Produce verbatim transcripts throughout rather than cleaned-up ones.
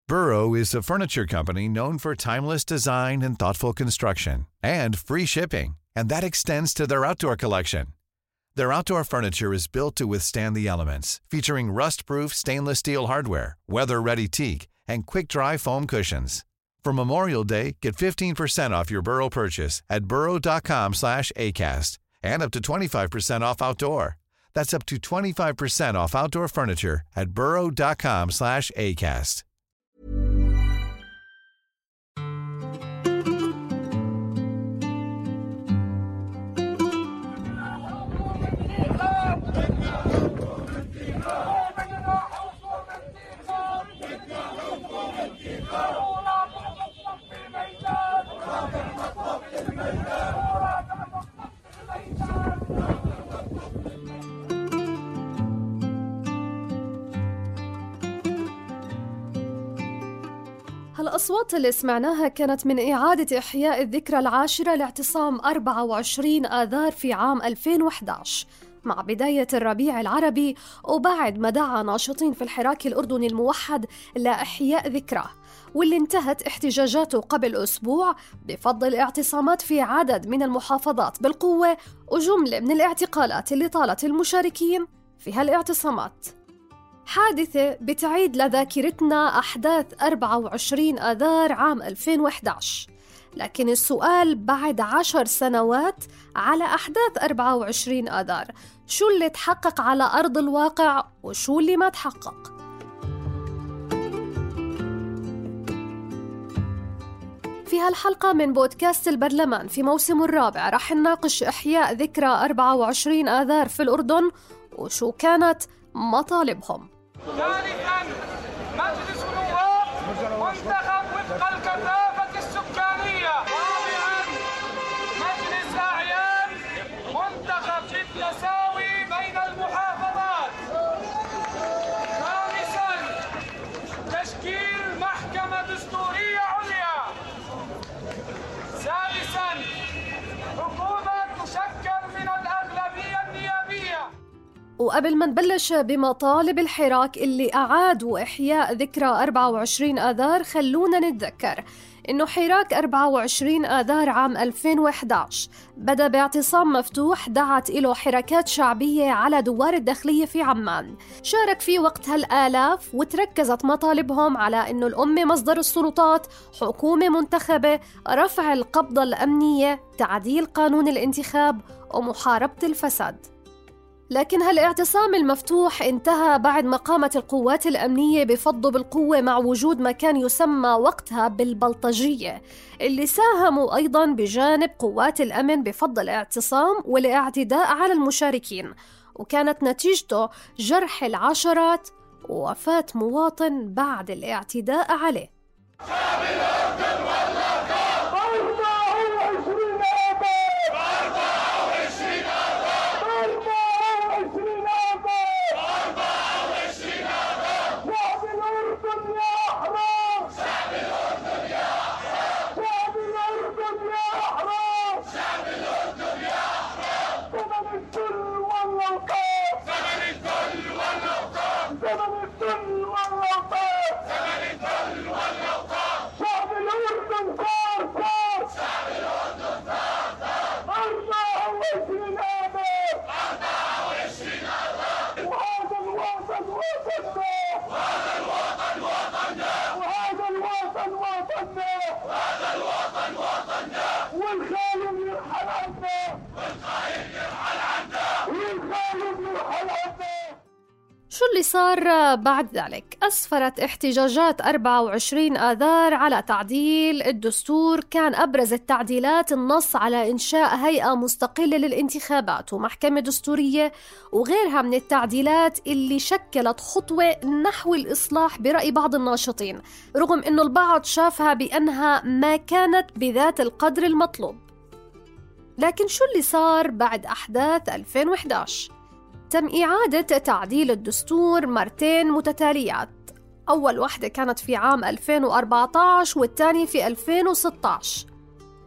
Burrow is a furniture company known for timeless design and thoughtful construction, and free shipping, and that extends to their outdoor collection. Their outdoor furniture is built to withstand the elements, featuring rust-proof stainless steel hardware, weather-ready teak, and quick-dry foam cushions. For Memorial Day, get fifteen percent off your Burrow purchase at burrow.com slash ACAST and up to twenty-five percent off outdoor. That's up to twenty-five percent off outdoor furniture at burrow.com slash ACAST. هالأصوات اللي سمعناها كانت من إعادة إحياء الذكرى العاشرة لاعتصام أربعة وعشرين آذار في عام ألفين وإحدى عشر مع بداية الربيع العربي، وبعد ما دعا ناشطين في الحراك الأردني الموحد لإحياء ذكراه، واللي انتهت احتجاجاته قبل أسبوع بفضل اعتصامات في عدد من المحافظات بالقوة وجملة من الاعتقالات اللي طالت المشاركين في هالاعتصامات. حادثة بتعيد لذاكرتنا أحداث أربعة وعشرين آذار عام ألفين وإحدى عشر، لكن السؤال بعد عشر سنوات على أحداث أربعة وعشرين آذار، شو اللي تحقق على أرض الواقع وشو اللي ما تحقق؟ في هالحلقة من بودكاست البرلمان في موسمه الرابع رح نناقش إحياء ذكرى أربعة وعشرين آذار في الأردن وشو كانت مطالبهم. ثالثاً، مجلس النواب منتخب وفق الكثافة السكانية. رابعاً، مجلس أعيان منتخب بالتساوي بين المحافظات. خامساً، تشكيل محكمة دستورية عليا. سادساً، حكومة تشكل من الأغلبية النيابية. وقبل ما نبلش بمطالب الحراك اللي أعادوا إحياء ذكرى أربعة وعشرين آذار، خلونا نتذكر إنه حراك أربعة وعشرين آذار عام ألفين وإحدى عشر بدأ باعتصام مفتوح دعت إله حركات شعبية على دوار الداخلية في عمان، شارك فيه وقتها الآلاف، وتركزت مطالبهم على إنه الأمة مصدر السلطات، حكومة منتخبة، رفع القبضة الأمنية، تعديل قانون الانتخاب، ومحاربة الفساد. لكن هالاعتصام المفتوح انتهى بعد ما قامت القوات الأمنية بفضه بالقوة مع وجود ما كان يسمى وقتها بالبلطجية، اللي ساهموا أيضاً بجانب قوات الأمن بفض الاعتصام والاعتداء على المشاركين، وكانت نتيجته جرح العشرات ووفاة مواطن بعد الاعتداء عليه. شو اللي صار بعد ذلك؟ أسفرت احتجاجات أربعة وعشرين آذار على تعديل الدستور. كان أبرز التعديلات النص على إنشاء هيئة مستقلة للانتخابات ومحكمة دستورية وغيرها من التعديلات اللي شكلت خطوة نحو الإصلاح برأي بعض الناشطين، رغم أنه البعض شافها بأنها ما كانت بذات القدر المطلوب. لكن شو اللي صار بعد أحداث ألفين وإحدى عشر؟ تم إعادة تعديل الدستور مرتين متتاليات، أول واحدة كانت في عام ألفين وأربعة عشر والثانية في ألفين وستة عشر،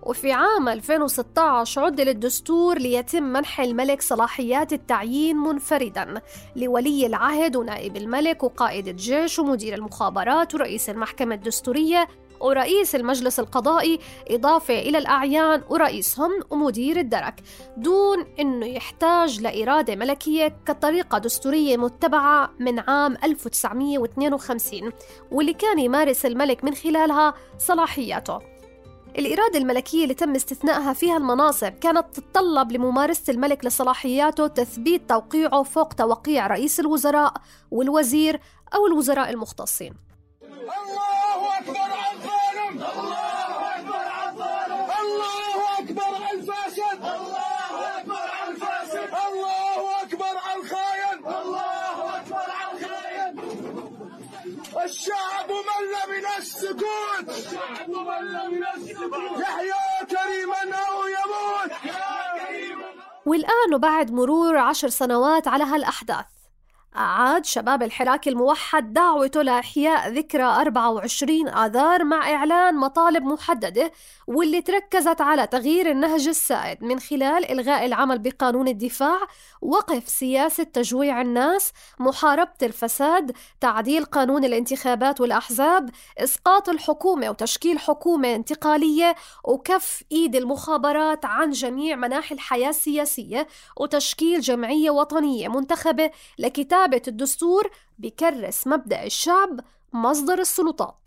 وفي عام ألفين وستة عشر عدل الدستور ليتم منح الملك صلاحيات التعيين منفرداً لولي العهد ونائب الملك وقائد الجيش ومدير المخابرات ورئيس المحكمة الدستورية ورئيس المجلس القضائي، إضافة إلى الأعيان ورئيسهم ومدير الدرك، دون أنه يحتاج لإرادة ملكية كطريقة دستورية متبعة من عام ألف وتسعمية واثنين وخمسين واللي كان يمارس الملك من خلالها صلاحياته. الإرادة الملكية اللي تم استثنائها فيها المناصب كانت تتطلب لممارسة الملك لصلاحياته تثبيت توقيعه فوق توقيع رئيس الوزراء والوزير أو الوزراء المختصين. الله أكبر على الظالم، الله أكبر على الظالم، الله أكبر على الفاسد، الله أكبر على الفاسد، الله أكبر على الخاين، الله أكبر على الخاين. الشعب مل من السكوت، الشعب مل من السكوت، يحيى كريما أو يموت. والآن وبعد مرور عشر سنوات على هالأحداث، أعاد شباب الحراك الموحد دعوته لإحياء ذكرى أربعة وعشرين آذار مع إعلان مطالب محددة واللي تركزت على تغيير النهج السائد من خلال إلغاء العمل بقانون الدفاع، وقف سياسة تجويع الناس، محاربة الفساد، تعديل قانون الانتخابات والأحزاب، إسقاط الحكومة وتشكيل حكومة انتقالية، وكف إيد المخابرات عن جميع مناحي الحياة السياسية، وتشكيل جمعية وطنية منتخبة لكتاب الدستور بكرس مبدأ الشعب مصدر السلطات.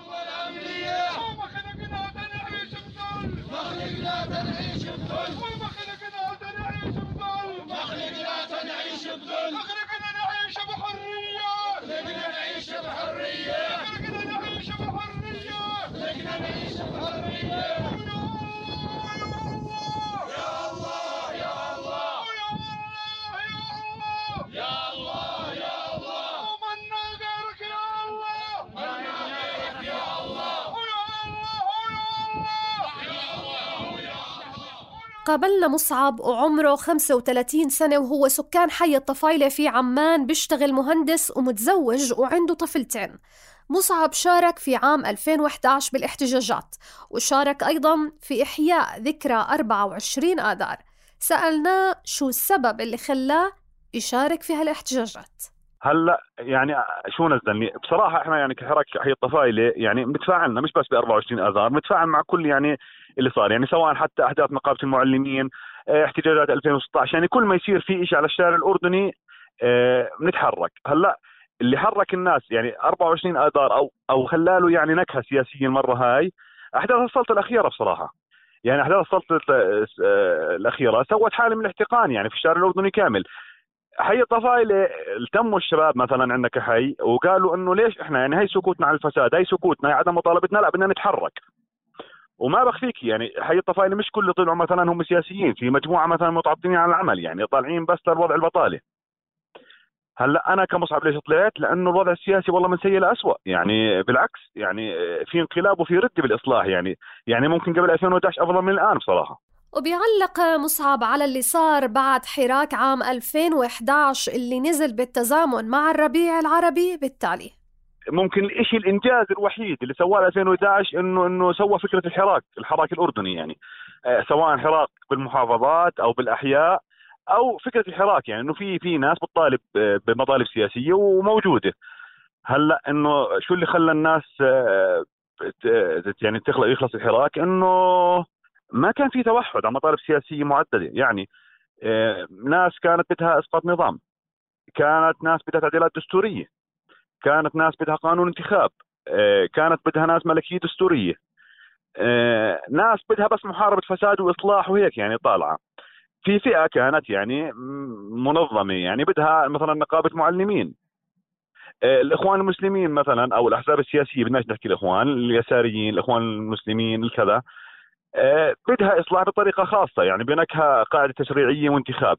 قابلنا مصعب وعمره خمسة وثلاثين سنة وهو سكان حي الطفايلة في عمان، بيشتغل مهندس ومتزوج وعنده طفلتين. مصعب شارك في عام ألفين وإحدى عشر بالاحتجاجات، وشارك أيضاً في إحياء ذكرى أربعة وعشرين آذار. سألناه شو السبب اللي خلاه يشارك في هالاحتجاجات. هلا يعني شو نزلني بصراحه، احنا يعني كحراك حي الطفايله يعني متفاعلنا مش بس ب أربعة وعشرين آذار، متفاعل مع كل يعني اللي صار، يعني سواء حتى احداث نقابه المعلمين، احتجاجات ألفين وستة عشر، يعني كل ما يصير في شيء على الشارع الاردني اه بنتحرك. هلا اللي حرك الناس يعني أربعة وعشرين آذار او او خلاله يعني نكهه سياسيه المره هاي احداث السلطه الاخيره بصراحه. يعني احداث السلطه الاخيره سوت حاله من الاحتقان يعني في الشارع الاردني كامل. حي الطفايلة التموا الشباب مثلا عندنا كحي وقالوا انه ليش احنا يعني هي سكوتنا على الفساد، هي سكوتنا، هي عدم مطالبتنا، لا بدنا نتحرك. وما بخفيك يعني حي الطفايلة مش كل طلعوا مثلا هم سياسيين، في مجموعة مثلا متعطلين عن العمل يعني طالعين بس للوضع البطالة. هلا انا كمصعب ليش طلعت؟ لانه الوضع السياسي والله من سيء لأسوأ، يعني بالعكس يعني في انقلاب وفي رد بالاصلاح، يعني يعني ممكن قبل ألفين وإحدى عشر افضل من الان بصراحة. وبيعلق مصعب على اللي صار بعد حراك عام ألفين وإحدى عشر اللي نزل بالتزامن مع الربيع العربي بالتالي. ممكن الشيء الانجاز الوحيد اللي سواه ألفين وإحدى عشر انه انه سوى فكره الحراك، الحراك الاردني يعني آه سواء حراك بالمحافظات او بالاحياء او فكره الحراك، يعني انه في في ناس بتطالب آه بمطالب سياسيه وموجوده. هلا انه شو اللي خلى الناس آه يعني تخلق يخلص الحراك؟ انه ما كان في توحد على مطالب سياسيه معدده، يعني آه ناس كانت بدها اسقاط نظام، كانت ناس بدها تعديلات دستوريه، كانت ناس بدها قانون انتخاب، آه كانت بدها ناس ملكيه دستوريه، آه ناس بدها بس محاربه فساد واصلاح وهيك يعني طالعه. في فئه كانت يعني منظمه يعني بدها مثلا نقابه معلمين، آه الاخوان المسلمين مثلا او الاحزاب السياسيه، بدناش نحكي الاخوان اليساريين، الاخوان المسلمين الكذا، أه بدها إصلاح بطريقة خاصة يعني بنكهة قاعدة تشريعية وانتخاب.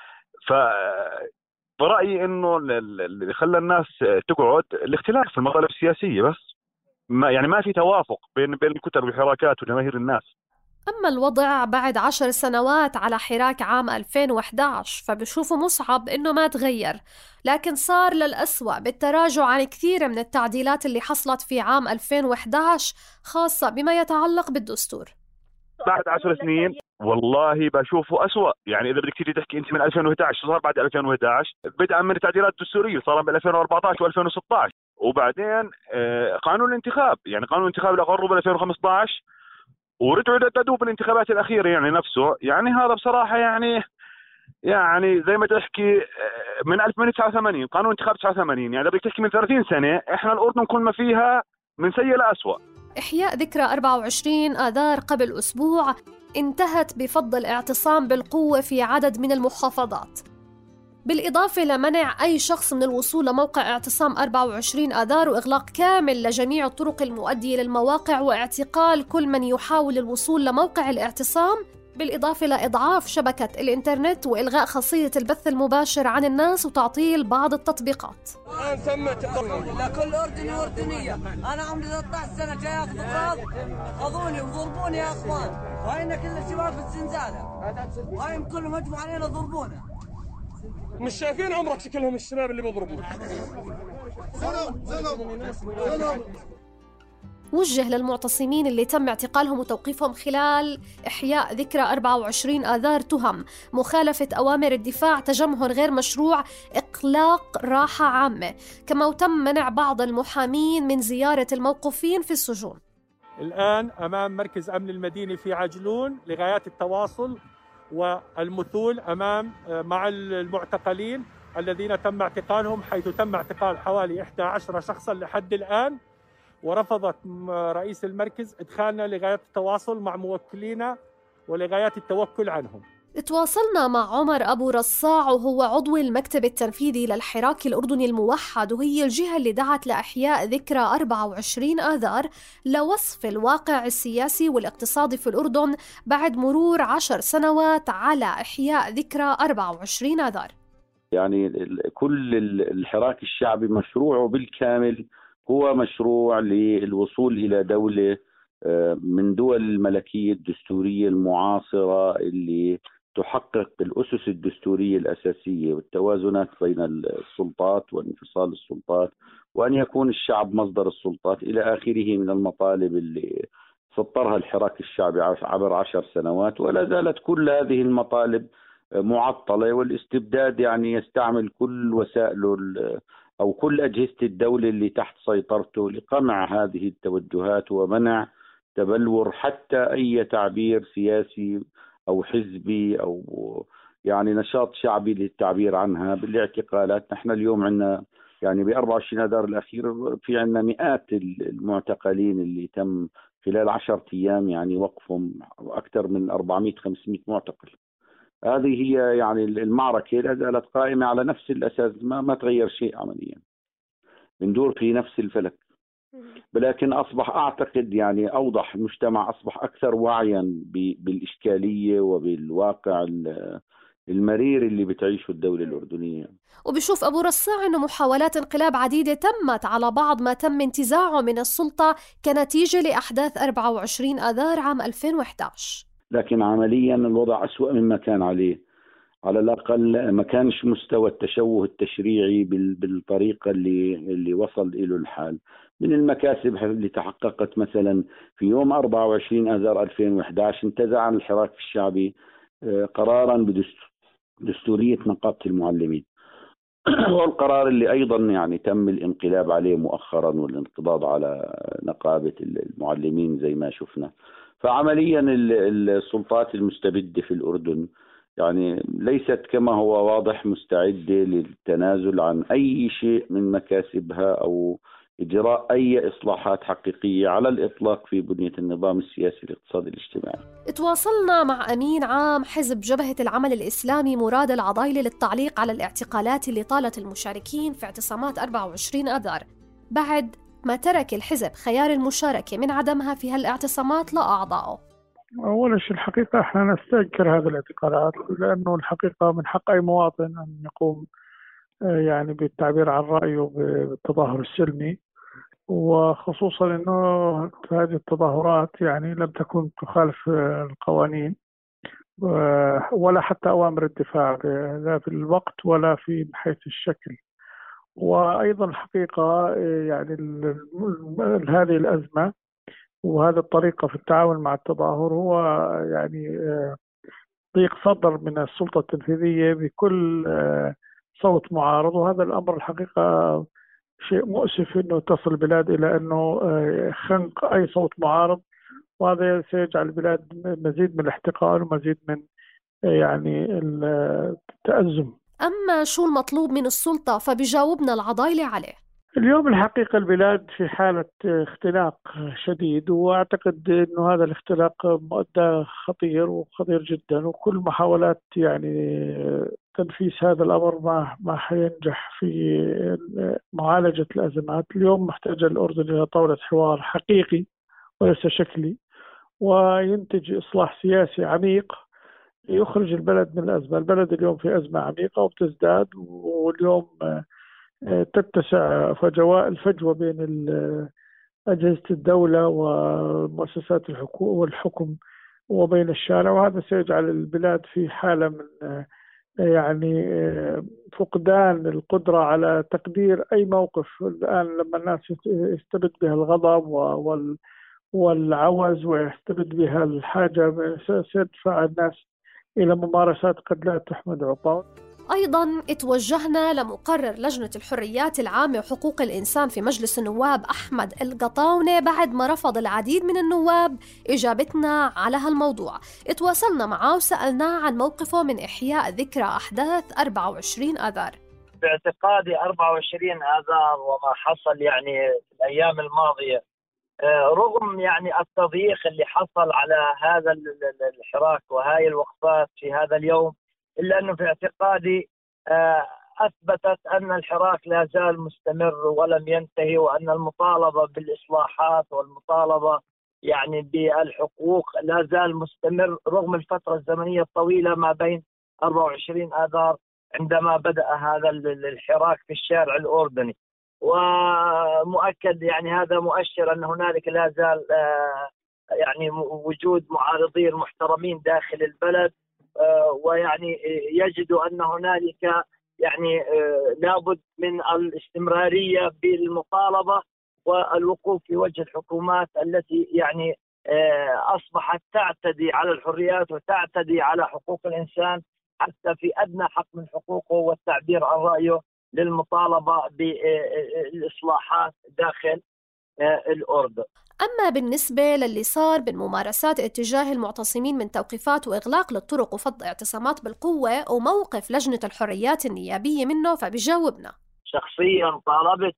فبرأيي إنه اللي خلى الناس تقعد الاختلاف في المطالب السياسية بس، ما يعني ما في توافق بين بين الكتل والحراكات وجماهير الناس. أما الوضع بعد عشر سنوات على حراك عام ألفين وإحدى عشر فبشوفوا مصعب إنه ما تغير، لكن صار للأسوأ بالتراجع عن كثير من التعديلات اللي حصلت في عام ألفين وإحدى عشر خاصة بما يتعلق بالدستور. بعد عشر سنين والله بشوفه أسوأ. يعني إذا بدك تيجي تحكي أنت من ألفين وإحدى عشر، صار بعد ألفين وإحدى عشر بدءا من التعديلات الدستورية، صار بال ألفين وأربعة عشر وألفين وستة عشر، وبعدين قانون الانتخاب، يعني قانون الانتخاب اللي أقروا بال ألفين وخمسة عشر ورجعوا يجددوه بالانتخابات الأخيرة يعني نفسه. يعني هذا بصراحة يعني يعني زي ما تحكي من ألف وتسعة وثمانين قانون انتخاب تسعة وثمانين، يعني بدك تحكي من ثلاثين سنة إحنا الأردن كل ما فيها من سيء لأسوأ. إحياء ذكرى أربعة وعشرين آذار قبل أسبوع انتهت بفضل اعتصام بالقوة في عدد من المحافظات، بالإضافة لمنع أي شخص من الوصول لموقع اعتصام أربعة وعشرين آذار وإغلاق كامل لجميع الطرق المؤدية للمواقع واعتقال كل من يحاول الوصول لموقع الاعتصام، بالإضافة لإضعاف شبكة الإنترنت وإلغاء خاصية البث المباشر عن الناس وتعطيل بعض التطبيقات. أنا سمعت لكل أردني وأردنية، أنا عمري ثلاثة عشر سنة جاي أخذ قراض، خذوني وضربوني يا أخوان، وهينا كل الشباب في الزنزانة، وهين كلهم هجموا علينا ضربونا. مش شايفين عمرك شكلهم الشباب اللي بيضربون. وجه للمعتصمين اللي تم اعتقالهم وتوقيفهم خلال إحياء ذكرى أربعة وعشرين آذار تهم مخالفة أوامر الدفاع، تجمهر غير مشروع، إقلاق راحة عامة، كما تم منع بعض المحامين من زيارة الموقوفين في السجون. الآن أمام مركز أمن المدينة في عجلون لغايات التواصل والمثول أمام مع المعتقلين الذين تم اعتقالهم، حيث تم اعتقال حوالي إحدى عشرة شخصا لحد الآن، ورفضت رئيس المركز إدخالنا لغايات التواصل مع موكلينا ولغايات التوكل عنهم. تواصلنا مع عمر أبو رصاع وهو عضو المكتب التنفيذي للحراك الأردني الموحد، وهي الجهة اللي دعت لإحياء ذكرى أربعة وعشرين آذار لوصف الواقع السياسي والاقتصادي في الأردن بعد مرور عشر سنوات على إحياء ذكرى أربعة وعشرين آذار. يعني كل الحراك الشعبي مشروعه بالكامل هو مشروع للوصول إلى دولة من دول الملكية الدستورية المعاصرة اللي تحقق الأسس الدستورية الأساسية والتوازنات بين السلطات وانفصال السلطات، وأن يكون الشعب مصدر السلطات إلى آخره من المطالب اللي سطرها الحراك الشعبي عبر عشر سنوات، ولا زالت كل هذه المطالب معطلة، والاستبداد يعني يستعمل كل وسائله أو كل أجهزة الدولة اللي تحت سيطرته لقمع هذه التوجهات ومنع تبلور حتى أي تعبير سياسي أو حزبي أو يعني نشاط شعبي للتعبير عنها بالاعتقالات. نحن اليوم عندنا يعني ب أربعة وعشرين آذار الأخير في عندنا مئات المعتقلين اللي تم خلال عشرة أيام يعني وقفهم، أكثر من أربعمئة خمسمئة معتقل. هذه هي يعني المعركة لا زالت قائمة على نفس الأساس، ما, ما تغير شيء عمليا، بندور في نفس الفلك. ولكن أصبح أعتقد يعني أوضح، المجتمع أصبح أكثر وعيا بالإشكالية وبالواقع المرير اللي بتعيشه الدولة الأردنية. وبشوف أبو رصاع أنه محاولات انقلاب عديدة تمت على بعض ما تم انتزاعه من السلطة كنتيجة لأحداث أربعة وعشرين آذار عام ألفين وإحدى عشر، لكن عمليا الوضع أسوأ مما كان عليه. على الأقل ما كانش مستوى التشوه التشريعي بالطريقة اللي اللي وصل إلى الحال. من المكاسب اللي تحققت مثلا في يوم أربعة وعشرين آذار ألفين وإحدى عشر انتزع عن الحراك الشعبي قرارا بدستورية نقابة المعلمين، والقرار اللي أيضا يعني تم الانقلاب عليه مؤخرا والانقضاض على نقابة المعلمين زي ما شفنا. فعمليا السلطات المستبدة في الأردن يعني ليست كما هو واضح مستعدة للتنازل عن أي شيء من مكاسبها أو إجراء أي إصلاحات حقيقية على الإطلاق في بنية النظام السياسي الاقتصادي الاجتماعي. تواصلنا مع أمين عام حزب جبهة العمل الإسلامي مراد العضايلي للتعليق على الاعتقالات اللي طالت المشاركين في اعتصامات أربعة وعشرين آذار بعد ما ترك الحزب خيار المشاركة من عدمها في هالاعتصامات لأعضائه. أول شيء الحقيقة احنا نستنكر هذه الاعتقالات، لأنه الحقيقة من حق أي مواطن أن يقوم يعني بالتعبير عن رأيه بالتظاهر السلمي، وخصوصا أنه هذه التظاهرات يعني لم تكن تخالف القوانين ولا حتى أوامر الدفاع لا في الوقت ولا في حيث الشكل. وأيضا الحقيقة يعني هذه الأزمة وهذه الطريقة في التعامل مع التظاهر هو يعني ضيق صدر من السلطة التنفيذية بكل صوت معارض. وهذا الأمر الحقيقة شيء مؤسف أنه تصل البلاد إلى أنه خنق أي صوت معارض، وهذا سيجعل البلاد مزيد من الاحتقان ومزيد من يعني التأزم. أما شو المطلوب من السلطة فبيجاوبنا العضايلة عليه. اليوم الحقيقة البلاد في حالة اختناق شديد، وأعتقد أنه هذا الاختناق مؤدى خطير وخطير جدا، وكل محاولات يعني تنفيذ هذا الأمر ما ما حينجح في معالجة الأزمات. اليوم محتاجة الأردن إلى طاولة حوار حقيقي وليس شكلي، وينتج إصلاح سياسي عميق يخرج البلد من الأزمة. البلد اليوم في أزمة عميقة وبتزداد، واليوم تتسع فجوة الفجوة بين أجهزة الدولة ومؤسسات الحكومة والحكم وبين الشارع، وهذا سيجعل البلاد في حالة من يعني فقدان القدرة على تقدير أي موقف. الآن لما الناس يستبد بها الغضب والعوز ويستبد بها الحاجة سيدفع الناس إلى ممارسات قد لا تحمد عقباها. أيضاً اتوجهنا لمقرر لجنة الحريات العامة وحقوق الإنسان في مجلس النواب أحمد القطاونة بعد ما رفض العديد من النواب إجابتنا على هالموضوع. اتواصلنا معه وسألناه عن موقفه من إحياء ذكرى أحداث أربعة وعشرين آذار. باعتقادي أربعة وعشرين آذار وما حصل يعني في الأيام الماضية، رغم يعني التضييق اللي حصل على هذا الحراك وهاي الوقفات في هذا اليوم، إلا أنه في اعتقادي أثبتت أن الحراك لا زال مستمر ولم ينتهي، وأن المطالبة بالإصلاحات والمطالبة يعني بالحقوق لا زال مستمر رغم الفترة الزمنية الطويلة ما بين أربعة وعشرين آذار عندما بدأ هذا الحراك في الشارع الأردني. ومؤكد يعني هذا مؤشر أن هنالك لا زال يعني وجود معارضين محترمين داخل البلد، ويعني يجد أن هنالك يعني لابد من الاستمرارية بالمطالبة والوقوف في وجه الحكومات التي يعني أصبحت تعتدي على الحريات وتعتدي على حقوق الإنسان حتى في أدنى حق من حقوقه والتعبير عن رأيه للمطالبة بالإصلاحات داخل الأردن. أما بالنسبة للي صار بالممارسات اتجاه المعتصمين من توقيفات وإغلاق للطرق وفض اعتصامات بالقوة وموقف لجنة الحريات النيابية منه فبيجاوبنا. شخصيا طالبت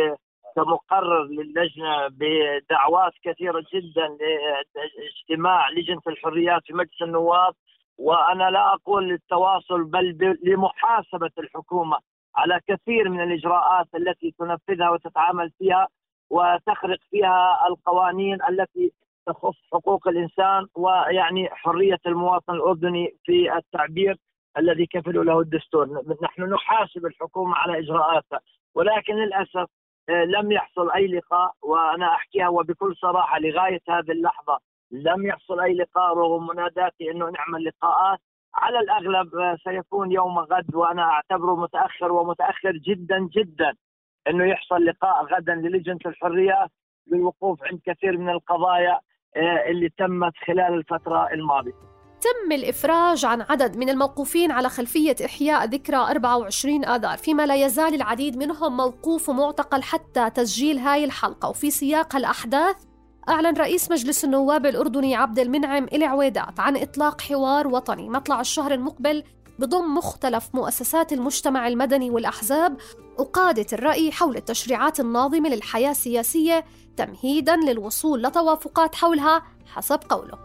كمقرر للجنة بدعوات كثيرة جدا لاجتماع لجنة الحريات في مجلس النواب، وأنا لا أقول للتواصل بل لمحاسبة الحكومة على كثير من الإجراءات التي تنفذها وتتعامل فيها وتخرق فيها القوانين التي تخص حقوق الإنسان ويعني حرية المواطن الأردني في التعبير الذي كفل له الدستور. نحن نحاسب الحكومة على إجراءاتها، ولكن للأسف لم يحصل أي لقاء، وأنا أحكيها وبكل صراحة لغاية هذه اللحظة لم يحصل أي لقاء رغم مناداتي أنه نعمل لقاءات. على الأغلب سيكون يوم غد، وأنا أعتبره متأخر ومتأخر جدا جدا أنه يحصل لقاء غدا للجنة الحريات للوقوف عند كثير من القضايا اللي تمت خلال الفترة الماضية. تم الإفراج عن عدد من الموقوفين على خلفية إحياء ذكرى أربعة وعشرين آذار، فيما لا يزال العديد منهم موقوف ومعتقل حتى تسجيل هاي الحلقة. وفي سياق الأحداث أعلن رئيس مجلس النواب الأردني عبد المنعم العويدات عن إطلاق حوار وطني مطلع الشهر المقبل بضم مختلف مؤسسات المجتمع المدني والأحزاب وقادة الرأي حول التشريعات الناظمة للحياة السياسية تمهيداً للوصول لتوافقات حولها حسب قوله.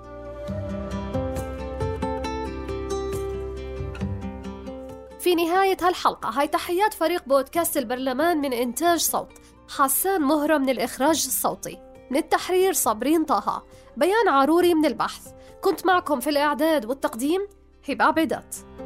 في نهاية هالحلقة هاي تحيات فريق بودكاست البرلمان من إنتاج صوت، حسان مهرة من الإخراج الصوتي، من التحرير صابرين طه، بيان عروري من البحث. كنت معكم في الإعداد والتقديم هبة عبيدات.